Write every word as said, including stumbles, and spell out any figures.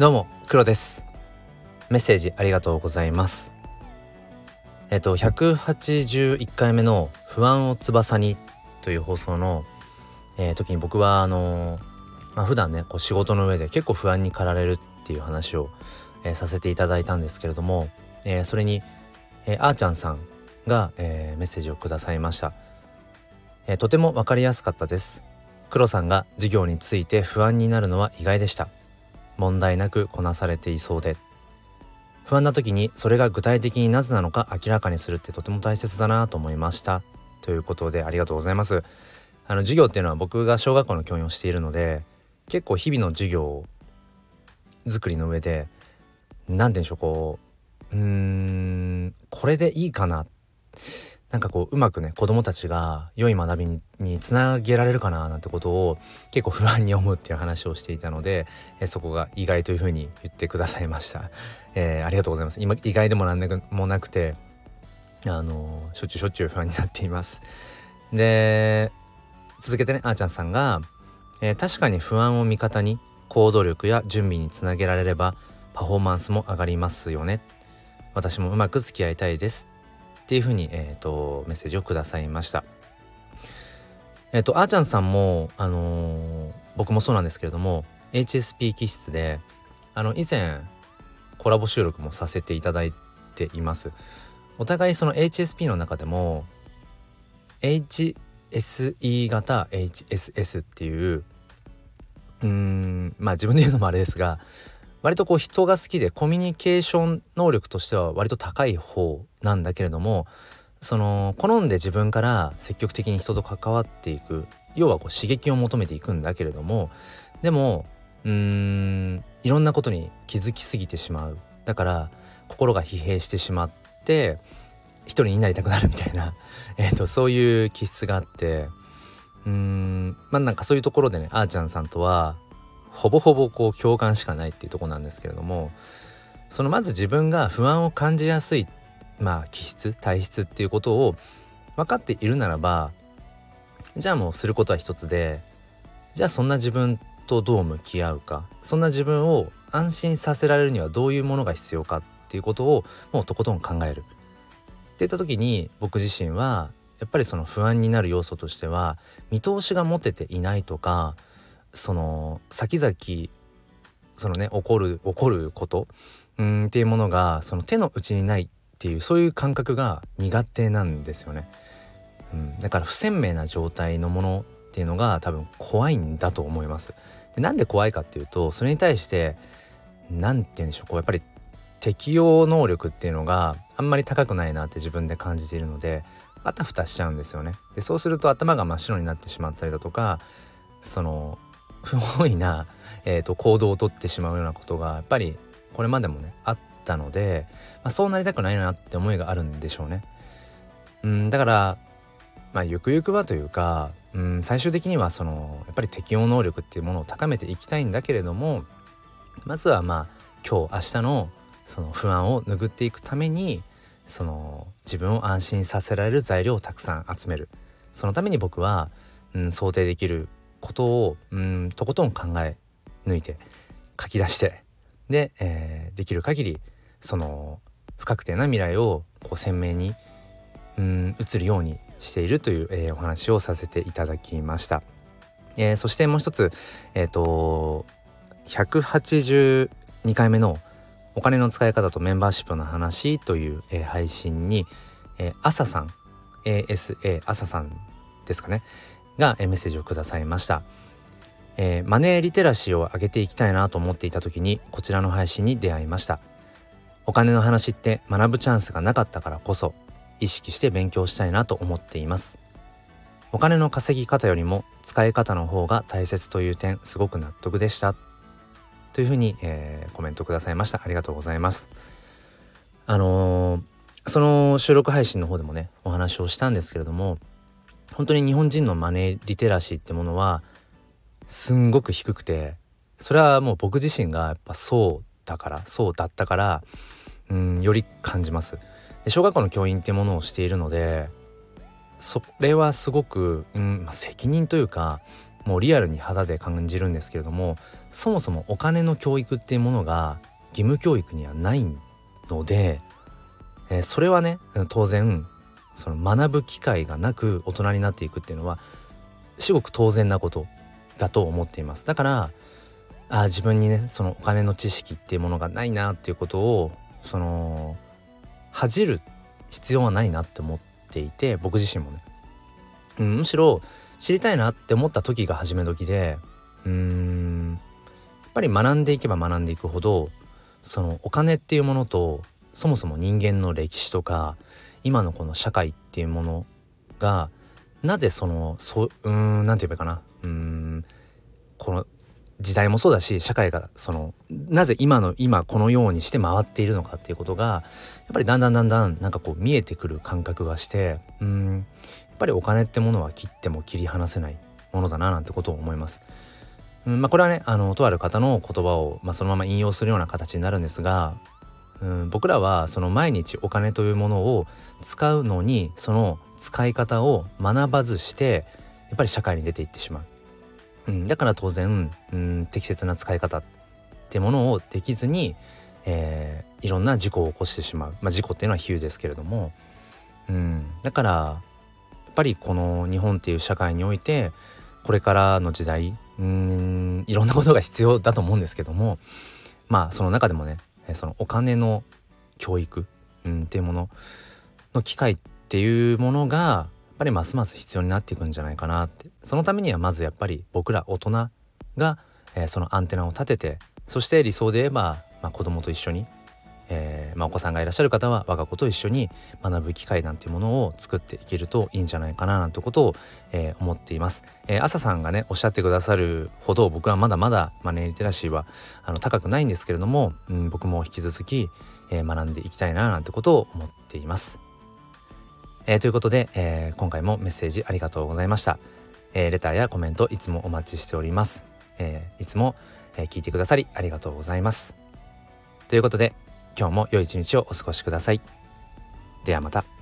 どうも黒です。メッセージありがとうございます。えっとひゃくはちじゅういっかいめの不安を翼にという放送の、えー、時に僕はあのーまあ、普段ねこう仕事の上で結構不安に駆られるっていう話を、えーさせていただいたんですけれども、えーそれに、えーあーちゃんさんが、えーメッセージをくださいました。えーとてもわかりやすかったです。黒さんが授業について不安になるのは意外でした。問題なくこなされていそうで、不安な時にそれが具体的になぜなのか明らかにするってとても大切だなと思いました、ということでありがとうございます。あの授業っていうのは僕が小学校の教員をしているので、結構日々の授業作りの上で何て言うんでしょう、こううーんこれでいいかな、なんかこううまくね子どもたちが良い学びににつなげられるかななんてことを結構不安に思うっていう話をしていたので、えそこが意外というふうに言ってくださいました。えー、ありがとうございます。今意外でもなんでもなくて、あのーしょっちゅうしょっちゅう不安になっています。で続けてね、あーちゃんさんが、えー確かに不安を味方に行動力や準備につなげられればパフォーマンスも上がりますよね。私もうまく付き合いたいですっていうふうに、えー、とメッセージをくださいました。えっ、とあーちゃんさんも、あのー僕もそうなんですけれども エイチエスピー 気質で、あの以前コラボ収録もさせていただいています。お互いその エイチエスピー の中でも エイチエスイー 型 エイチエスエス っていううーんまあ自分で言うのもあれですが、割とこう人が好きでコミュニケーション能力としては割と高い方なんだけれども、その好んで自分から積極的に人と関わっていく、要はこう刺激を求めていくんだけれども、でもうーんいろんなことに気づきすぎてしまう。だから心が疲弊してしまって一人になりたくなるみたいなえーとそういう気質があって、うーんまあなんかそういうところでね、あーちゃんさんとはほぼほぼこう共感しかないっていうところなんですけれども、そのまず自分が不安を感じやすいまあ気質体質っていうことを分かっているならば、じゃあもうすることは一つで、じゃあそんな自分とどう向き合うか、そんな自分を安心させられるにはどういうものが必要かっていうことをもうとことん考えるっていった時に、僕自身はやっぱりその不安になる要素としては見通しが持てていないとか、その先々そのね起こる起こることうーんっていうものがその手の内にないっていう、そういう感覚が苦手なんですよね。うん、だから不鮮明な状態のものっていうのが多分怖いんだと思います。でなんで怖いかっていうと、それに対してなんて言うんでしょう、こうやっぱり適応能力っていうのがあんまり高くないなって自分で感じているので、あたふたしちゃうんですよね。でそうすると頭が真っ白になってしまったりだとか、その不本意な、えーと行動をとってしまうようなことがやっぱりこれまでもねあったので、まあ、そうなりたくないなって思いがあるんでしょうね。うんだからまあゆくゆくはというか、うん最終的にはそのやっぱり適応能力っていうものを高めていきたいんだけれども、まずはまあ今日明日のその不安を拭っていくために、その自分を安心させられる材料をたくさん集める。そのために僕は、うん、想定できることを、うん、とことん考え抜いて書き出して、で、えーできる限りその不確定な未来をこう鮮明にうん映るようにしているという、えーお話をさせていただきました。えーそしてもう一つ、えっ、とひゃくはちじゅうにかいめのお金の使い方とメンバーシップの話という、えー配信に、えー、朝さん エーエスエー 朝さんですかねが、えーメッセージをくださいました。えーマネーリテラシーを上げていきたいなと思っていた時にこちらの配信に出会いました。お金の話って学ぶチャンスがなかったからこそ意識して勉強したいなと思っています。お金の稼ぎ方よりも使い方の方が大切という点すごく納得でしたというふうに、えーコメントくださいました。ありがとうございます。あのーその収録配信の方でもねお話をしたんですけれども、本当に日本人のマネーリテラシーってものはすんごく低くて、それはもう僕自身がやっぱそうだからそうだったからうんより感じます。で小学校の教員ってものをしているので、それはすごく、うんまあ、責任というかもうリアルに肌で感じるんですけれども、そもそもお金の教育っていうものが義務教育にはないので、えー、それはね当然その学ぶ機会がなく大人になっていくっていうのは至極当然なことだと思っています。だからあ自分にねそのお金の知識っていうものがないなっていうことをその恥じる必要はないなって思っていて、僕自身もね、うん、むしろ知りたいなって思った時が始め時で、うーんやっぱり学んでいけば学んでいくほどそのお金っていうものとそもそも人間の歴史とか今のこの社会っていうものがなぜそのそううーんなんて言えばいいかな、うーんこの時代もそうだし社会がそのなぜ今の今このようにして回っているのかっていうことがやっぱりだんだんだんだんなんかこう見えてくる感覚がして、うーんやっぱりお金ってものは切っても切り離せないものだななんてことを思います。うんまあ、これはねあのとある方の言葉を、まあ、そのまま引用するような形になるんですが、うん僕らはその毎日お金というものを使うのにその使い方を学ばずしてやっぱり社会に出ていってしまう。うん、だから当然、うん、適切な使い方ってものをできずに、えー、いろんな事故を起こしてしまう、まあ、事故っていうのは比喩ですけれども、うん、だからやっぱりこの日本っていう社会においてこれからの時代うんいろんなことが必要だと思うんですけども、まあその中でもねそのお金の教育、うん、っていうものの機会っていうものがやっぱりますます必要になっていくんじゃないかなって。そのためにはまずやっぱり僕ら大人が、えー、そのアンテナを立てて、そして理想で言えば、まあ、子供と一緒に、えーまあ、お子さんがいらっしゃる方は我が子と一緒に学ぶ機会なんていうものを作っていけるといいんじゃないかななんてことを、えー、思っています。えー、朝さんがねおっしゃってくださるほど僕はまだまだマネーリテラシーはあの高くないんですけれども、うん、僕も引き続き、えー、学んでいきたいななんてことを思っています。えー、ということで、えー、今回もメッセージありがとうございました。えー、レターやコメントいつもお待ちしております。えー、いつも、えー、聞いてくださりありがとうございます。ということで今日も良い一日をお過ごしください。ではまた。